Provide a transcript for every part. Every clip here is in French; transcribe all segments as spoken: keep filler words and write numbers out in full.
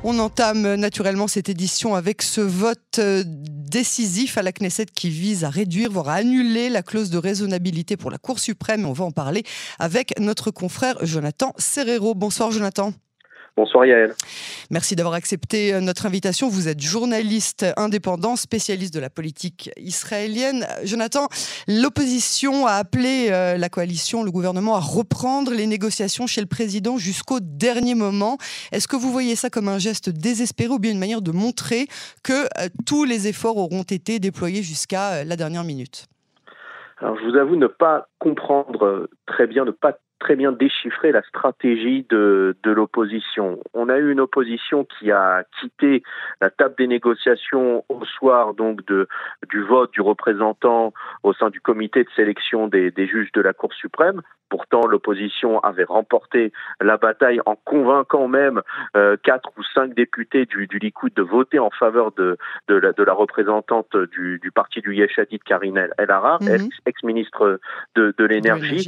On entame naturellement cette édition avec ce vote décisif à la Knesset qui vise à réduire, voire à annuler la clause de raisonnabilité pour la Cour suprême. On va en parler avec notre confrère Jonathan Serrero. Bonsoir Jonathan. Bonsoir Yael. Merci d'avoir accepté notre invitation. Vous êtes journaliste indépendant, spécialiste de la politique israélienne. Jonathan, l'opposition a appelé la coalition, le gouvernement, à reprendre les négociations chez le président jusqu'au dernier moment. Est-ce que vous voyez ça comme un geste désespéré ou bien une manière de montrer que tous les efforts auront été déployés jusqu'à la dernière minute ? Alors, je vous avoue ne pas comprendre très bien, ne pas très bien déchiffrer la stratégie de, de l'opposition. On a eu une opposition qui a quitté la table des négociations au soir donc de, du vote du représentant au sein du comité de sélection des, des juges de la Cour suprême. Pourtant, l'opposition avait remporté la bataille en convainquant même euh, quatre ou cinq députés du, du Likoud de voter en faveur de, de, la, de la représentante du, du parti du Yesh Atid, Karine El-Arar, mm-hmm. ex-ministre de, de l'énergie.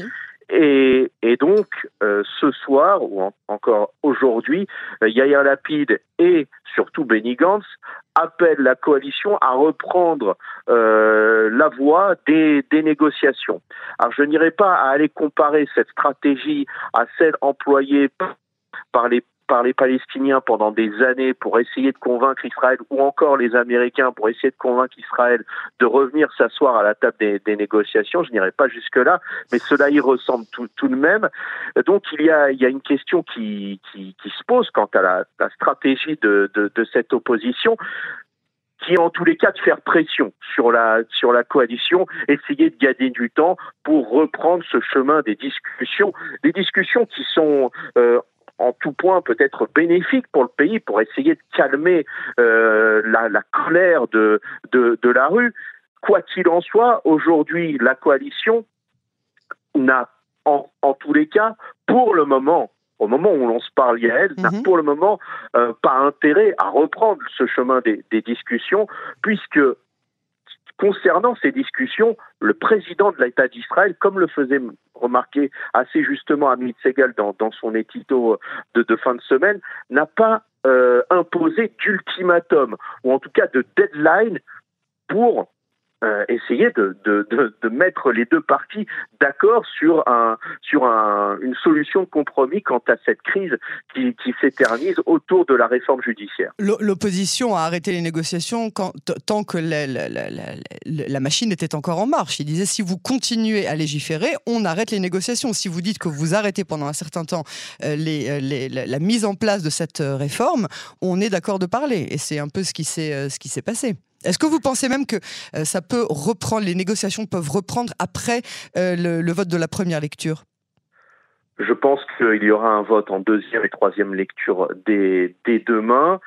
Et, et donc, euh, ce soir, ou en, encore aujourd'hui, euh, Yair Lapid et surtout Benny Gantz appellent la coalition à reprendre euh, la voie des, des négociations. Alors, je n'irai pas à aller comparer cette stratégie à celle employée par les par les Palestiniens pendant des années pour essayer de convaincre Israël, ou encore les Américains pour essayer de convaincre Israël de revenir s'asseoir à la table des, des négociations. Je n'irai pas jusque-là, mais cela y ressemble tout, tout de même. Donc il y a, il y a une question qui, qui, qui se pose quant à la, la stratégie de, de, de cette opposition, qui est en tous les cas de faire pression sur la, sur la coalition, essayer de gagner du temps pour reprendre ce chemin des discussions, des discussions qui sont euh, en tout point peut-être bénéfique pour le pays, pour essayer de calmer euh, la, la colère de, de, de la rue. Quoi qu'il en soit, aujourd'hui, la coalition n'a, en, en tous les cas, pour le moment, au moment où l'on se parle, Yael, mm-hmm. n'a pour le moment euh, pas intérêt à reprendre ce chemin des, des discussions, puisque concernant ces discussions, le président de l'État d'Israël, comme le faisait remarquer assez justement Amit Segal dans, dans son édito de, de fin de semaine, n'a pas euh, imposé d'ultimatum, ou en tout cas de deadline pour euh, essayer de, de, de, de mettre les deux parties d'accord sur, un, sur un, une solution de compromis quant à cette crise qui, qui s'éternise autour de la réforme judiciaire. L'opposition a arrêté les négociations quand, tant que la, la, la, la, la machine était encore en marche. Il disait, si vous continuez à légiférer, on arrête les négociations. Si vous dites que vous arrêtez pendant un certain temps euh, les, les, la, la mise en place de cette réforme, on est d'accord de parler. Et c'est un peu ce qui s'est, euh, ce qui s'est passé. Est-ce que vous pensez même que euh, ça peut reprendre, les négociations peuvent reprendre après euh, le, le vote de la première lecture ? Je pense qu'il y aura un vote en deuxième et troisième lecture dès, dès demain.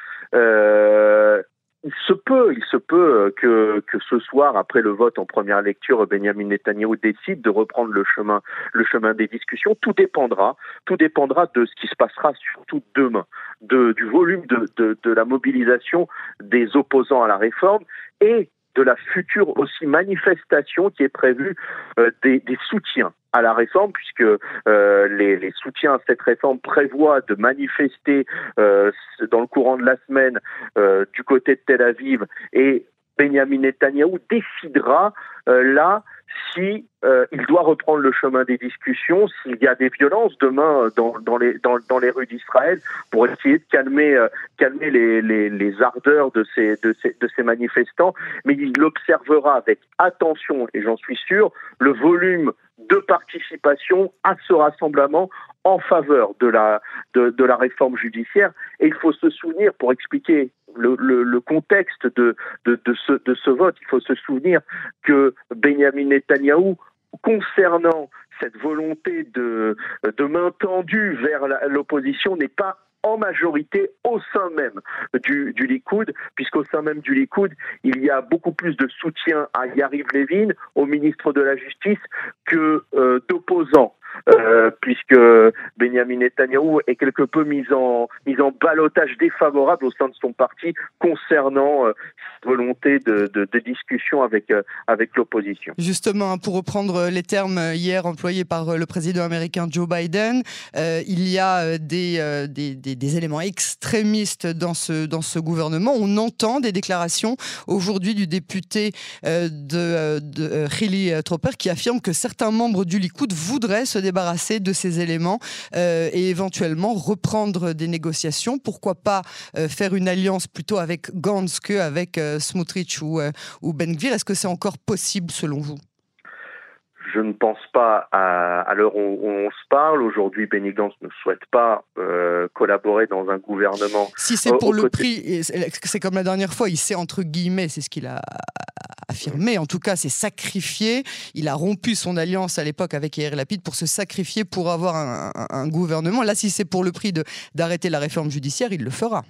Euh, il se peut, il se peut que, que ce soir, après le vote en première lecture, Benjamin Netanyahou décide de reprendre le chemin, le chemin des discussions. Tout dépendra, tout dépendra de ce qui se passera surtout demain, de, du volume de, de, de la mobilisation des opposants à la réforme et de la future aussi manifestation qui est prévue euh, des, des soutiens à la réforme, puisque euh, les, les soutiens à cette réforme prévoient de manifester euh, dans le courant de la semaine euh, du côté de Tel Aviv, et Benjamin Netanyahou décidera euh, là si euh, il doit reprendre le chemin des discussions, s'il y a des violences demain dans, dans, les, dans, dans les rues d'Israël, pour essayer de calmer, euh, calmer les, les, les ardeurs de ces, de, ces, de ces manifestants. Mais il observera avec attention, et j'en suis sûr, le volume de participation à ce rassemblement en faveur de la, de, de la réforme judiciaire. Et il faut se souvenir, pour expliquer le, le, le contexte de, de, de, ce, de ce vote, il faut se souvenir que Benjamin Netanyahou, concernant cette volonté de, de main tendue vers la, l'opposition, n'est pas en majorité au sein même du, du Likoud, puisqu'au sein même du Likoud, il y a beaucoup plus de soutien à Yariv Levin, au ministre de la Justice, que euh, d'opposants euh, puisque Benyamin Netanyahou est quelque peu mis en, mis en ballottage défavorable au sein de son parti concernant euh, cette volonté de, de, de discussion avec, euh, avec l'opposition. Justement, pour reprendre les termes hier employés par le président américain Joe Biden, euh, il y a des, euh, des, des, des éléments extrémistes dans ce, dans ce gouvernement. On entend des déclarations aujourd'hui du député euh, de, de euh, Xili Troper qui affirme que certains membres du Likoud voudraient se débarrasser de ces éléments euh, et éventuellement reprendre des négociations. Pourquoi pas euh, faire une alliance plutôt avec Gantz qu'avec euh, Smotrich ou, euh, ou Ben Gvir? Est-ce que c'est encore possible selon vous? Je ne pense pas, à, à l'heure où on se parle, aujourd'hui Benny Gantz ne souhaite pas euh, collaborer dans un gouvernement. Si c'est pour le côté... prix, c'est comme la dernière fois, il s'est entre guillemets, c'est ce qu'il a affirmé, en tout cas c'est sacrifié, il a rompu son alliance à l'époque avec Yair Lapid pour se sacrifier pour avoir un, un, un gouvernement. Là, si c'est pour le prix de, d'arrêter la réforme judiciaire, il le fera.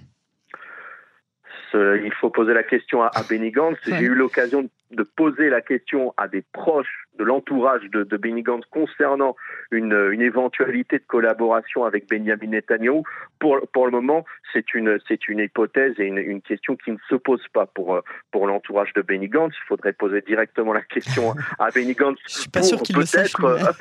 Il faut poser la question à, à Benny Gantz. Ouais. J'ai eu l'occasion de poser la question à des proches de l'entourage de, de Benny Gantz concernant une, une éventualité de collaboration avec Benyamin Netanyahou. Pour, pour le moment, c'est une, c'est une hypothèse et une, une question qui ne se pose pas pour, pour l'entourage de Benny Gantz. Il faudrait poser directement la question à Benny Gantz pour peut-être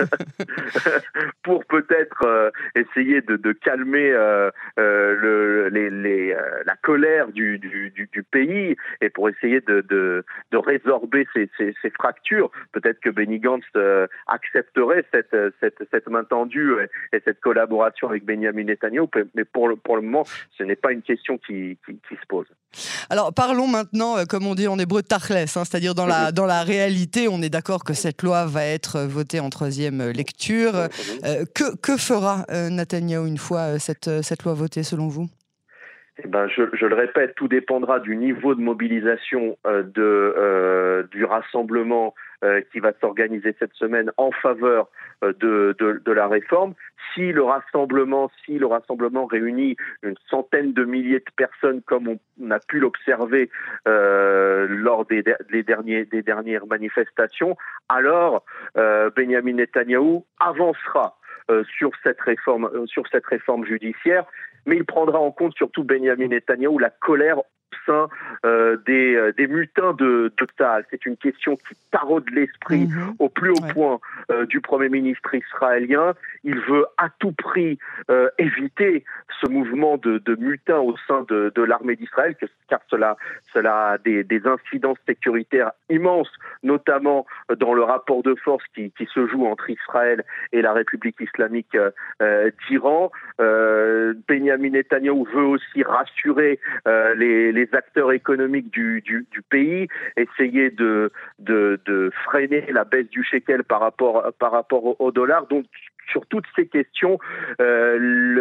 pour peut-être euh, essayer de, de calmer euh, euh, le, les, les, euh, la colère du, du, du, du pays et pour essayer de, de, de résorber ces, ces, ces fractures. Peut-être que Benny Gantz euh, accepterait cette, cette, cette main tendue et, et cette collaboration avec Benyamin Netanyahou, mais pour le, pour le moment, ce n'est pas une question qui, qui, qui se pose. Alors parlons maintenant, comme on dit en hébreu, tachles, hein, c'est-à-dire dans la, dans la réalité, on est d'accord que cette loi va être votée en troisième lecture. Euh, que, que fera euh, Netanyahou une fois cette, cette loi votée selon vous ? Eh ben, je, je le répète, tout dépendra du niveau de mobilisation euh, de, euh, du rassemblement euh, qui va s'organiser cette semaine en faveur euh, de, de, de la réforme. Si le rassemblement, si le rassemblement réunit une centaine de milliers de personnes, comme on, on a pu l'observer euh, lors des, des, derniers, des dernières manifestations, alors euh, Benyamin Netanyahou avancera Euh, sur cette réforme, euh, sur cette réforme judiciaire, mais il prendra en compte surtout Benyamin Netanyahou la colère au sein euh, des, euh, des mutins de, de Tsahal. C'est une question qui taraude l'esprit mmh. au plus haut ouais. point euh, du Premier ministre israélien. Il veut à tout prix euh, éviter ce mouvement de, de mutin au sein de, de l'armée d'Israël, car cela, cela a des, des incidences sécuritaires immenses, notamment dans le rapport de force qui, qui se joue entre Israël et la République islamique euh, d'Iran. Euh, Benyamin Netanyahou veut aussi rassurer euh, les, les acteurs économiques du, du, du pays, essayer de, de, de freiner la baisse du shekel par rapport, par rapport au, au dollar. Donc, sur toutes ces questions, euh,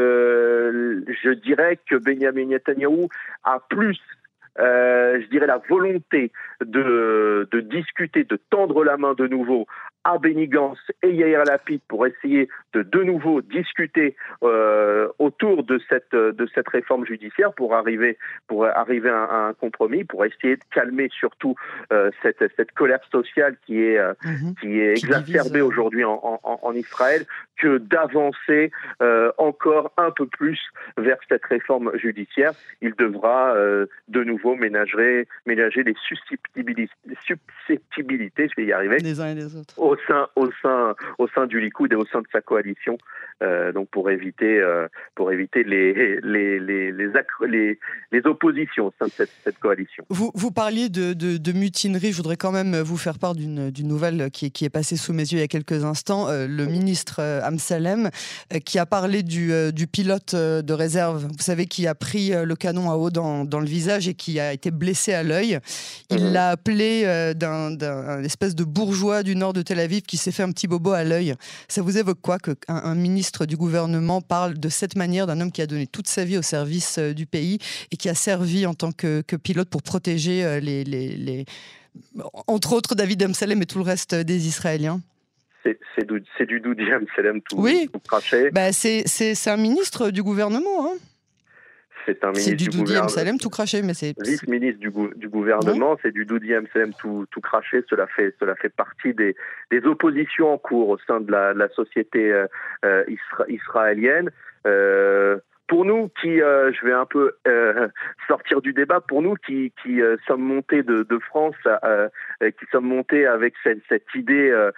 le, je dirais que Benyamin Netanyahou a plus, euh, je dirais, la volonté de, de discuter, de tendre la main de nouveau à Benny Gantz et Yair Lapid pour essayer de de nouveau discuter euh, autour de cette de cette réforme judiciaire pour arriver pour arriver à, à un compromis, pour essayer de calmer surtout euh, cette cette colère sociale qui est euh, mmh. qui est exacerbée qui aujourd'hui en, en, en Israël, que d'avancer euh, encore un peu plus vers cette réforme judiciaire. Il devra euh, de nouveau ménager ménager les susceptibilités, susceptibilités, je vais y arriver, des uns et des autres. Au sein, au sein, au sein du Likoud et au sein de sa coalition, euh, donc pour éviter, euh, pour éviter les les les les, les, les oppositions au sein de cette, cette coalition. Vous, vous parliez de, de, de mutinerie. Je voudrais quand même vous faire part d'une, d'une nouvelle qui, qui est passée sous mes yeux il y a quelques instants. Euh, le ministre euh, Amsalem euh, qui a parlé du, euh, du pilote euh, de réserve. Vous savez, qui a pris euh, le canon à eau dans, dans le visage et qui a été blessé à l'œil. Il mmh. l'a appelé euh, d'un, d'un espèce de bourgeois du nord de Tel Aviv qui s'est fait un petit bobo à l'œil. Ça vous évoque quoi qu'un un ministre du gouvernement parle de cette manière d'un homme qui a donné toute sa vie au service euh, du pays et qui a servi en tant que, que pilote pour protéger euh, les, les, les... entre autres David Amsalem et tout le reste des Israéliens? C'est, c'est, du, c'est du David Amsalem tout, oui. tout craché. Bah c'est, c'est, c'est un ministre du gouvernement, hein. c'est un C'est ministre du du Doudi gouvernement. Amsalem tout craché, mais c'est... Vice-ministre du, gou- du gouvernement, ouais. C'est du Doudi Amsalem tout, tout craché. Cela fait, cela fait partie des, des oppositions en cours au sein de la, de la société euh, euh, isra- israélienne. Euh, Pour nous qui, euh, je vais un peu euh, sortir du débat, pour nous qui, qui euh, sommes montés de, de France, euh, qui sommes montés avec cette, cette idée, euh,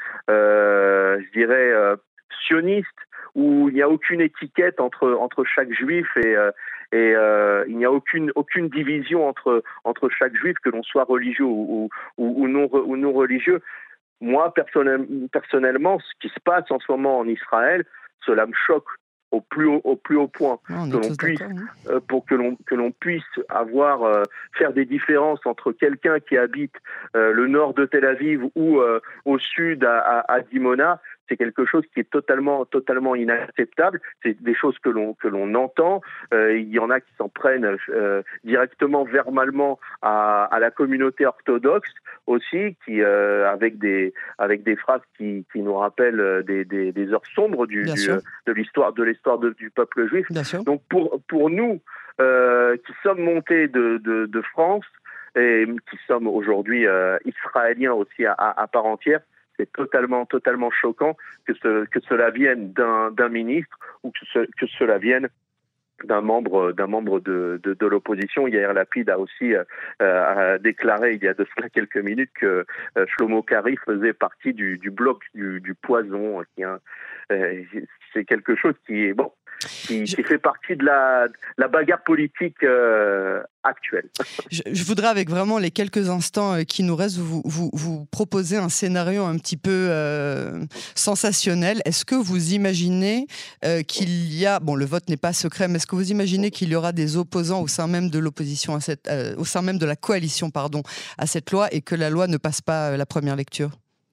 euh, je dirais, euh, sioniste, où il n'y a aucune étiquette entre, entre chaque juif et, euh, et euh, il n'y a aucune, aucune division entre, entre chaque juif, que l'on soit religieux ou, ou, ou, non, ou non religieux. Moi, personnel, personnellement, ce qui se passe en ce moment en Israël, cela me choque au plus haut, au plus haut point, ouais, que l'on puisse, euh, pour que l'on que l'on puisse avoir euh, faire des différences entre quelqu'un qui habite euh, le nord de Tel Aviv ou euh, au sud à, à, à Dimona. C'est quelque chose qui est totalement, totalement inacceptable. C'est des choses que l'on que l'on entend. Euh, il y en a qui s'en prennent euh, directement, verbalement à, à la communauté orthodoxe aussi, qui euh, avec des avec des phrases qui, qui nous rappellent des, des, des heures sombres du, du de l'histoire de l'histoire de, du peuple juif. Donc pour pour nous euh, qui sommes montés de, de, de France et qui sommes aujourd'hui euh, israéliens aussi à, à, à part entière. C'est totalement, totalement choquant que, ce, que cela vienne d'un, d'un ministre ou que, ce, que cela vienne d'un membre, d'un membre de, de, de l'opposition. Yair Lapid a aussi euh, a déclaré il y a de cela quelques minutes que euh, Shlomo Kari faisait partie du, du bloc du, du poison. Qui, hein, euh, c'est quelque chose qui est bon. Qui, je... qui fait partie de la, de la bagarre politique euh, actuelle. Je, je voudrais, avec vraiment les quelques instants euh, qui nous restent, vous, vous, vous proposer un scénario un petit peu euh, sensationnel. Est-ce que vous imaginez euh, qu'il y a, bon, le vote n'est pas secret, mais est-ce que vous imaginez qu'il y aura des opposants au sein même de l'opposition, à cette, euh, au sein même de la coalition, pardon, à cette loi, et que la loi ne passe pas euh, la première lecture?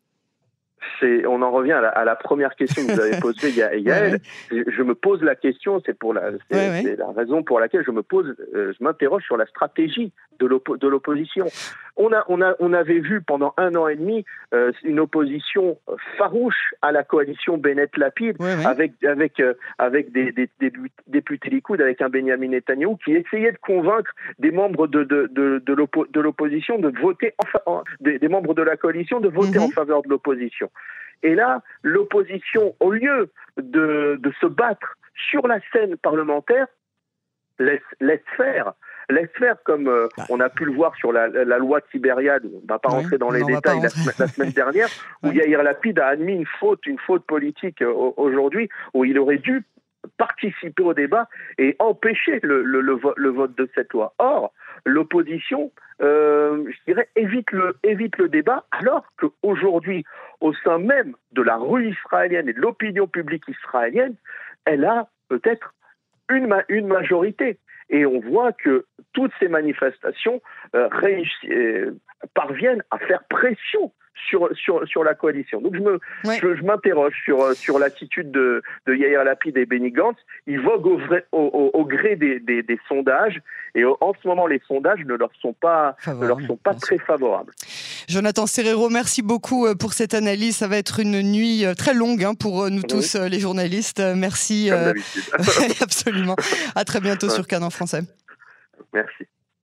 C'est, on en revient à la, à la première question que vous avez posée, Yael. Ouais, ouais. Je me pose la question, c'est pour la, c'est, ouais, ouais. c'est la raison pour laquelle je me pose, euh, je m'interroge sur la stratégie de, l'oppo- de l'opposition. On a, on a, on avait vu pendant un an et demi euh, une opposition farouche à la coalition Bennett-Lapid, ouais, ouais. avec, avec, euh, avec des, des, des députés Likoud, avec un Benyamin Netanyahou qui essayait de convaincre des membres de, de, de, de, l'oppo- de l'opposition de voter, en fa- en, des, des membres de la coalition de voter mm-hmm. en faveur de l'opposition. Et là, l'opposition, au lieu de, de se battre sur la scène parlementaire, laisse, laisse faire. Laisse faire, comme euh, on a pu le voir sur la, la loi Tibériade, on ne va pas oui, rentrer dans les détails, la, la semaine dernière, où oui. Yair Lapid a admis une faute, une faute politique euh, aujourd'hui, où il aurait dû participer au débat et empêcher le, le, le, vo- le vote de cette loi. Or, l'opposition, euh, je dirais, évite le, évite le débat, alors qu'aujourd'hui, au sein même de la rue israélienne et de l'opinion publique israélienne, elle a peut-être une, ma- une majorité. Et on voit que toutes ces manifestations euh, réussi- euh, parviennent à faire pression sur, sur, sur la coalition. Donc je, me, ouais. je, je m'interroge sur, sur l'attitude de, de Yair Lapid et Benny Gantz. Ils voguent au, vrai, au, au, au gré des, des, des sondages, et en ce moment les sondages ne leur sont pas, ne leur sont pas très favorables. Jonathan Serrero, merci beaucoup pour cette analyse. Ça va être une nuit très longue hein, pour nous tous, oui. les journalistes. Merci. Comme d'habitude. Absolument. À très bientôt sur Cannes en français. Merci.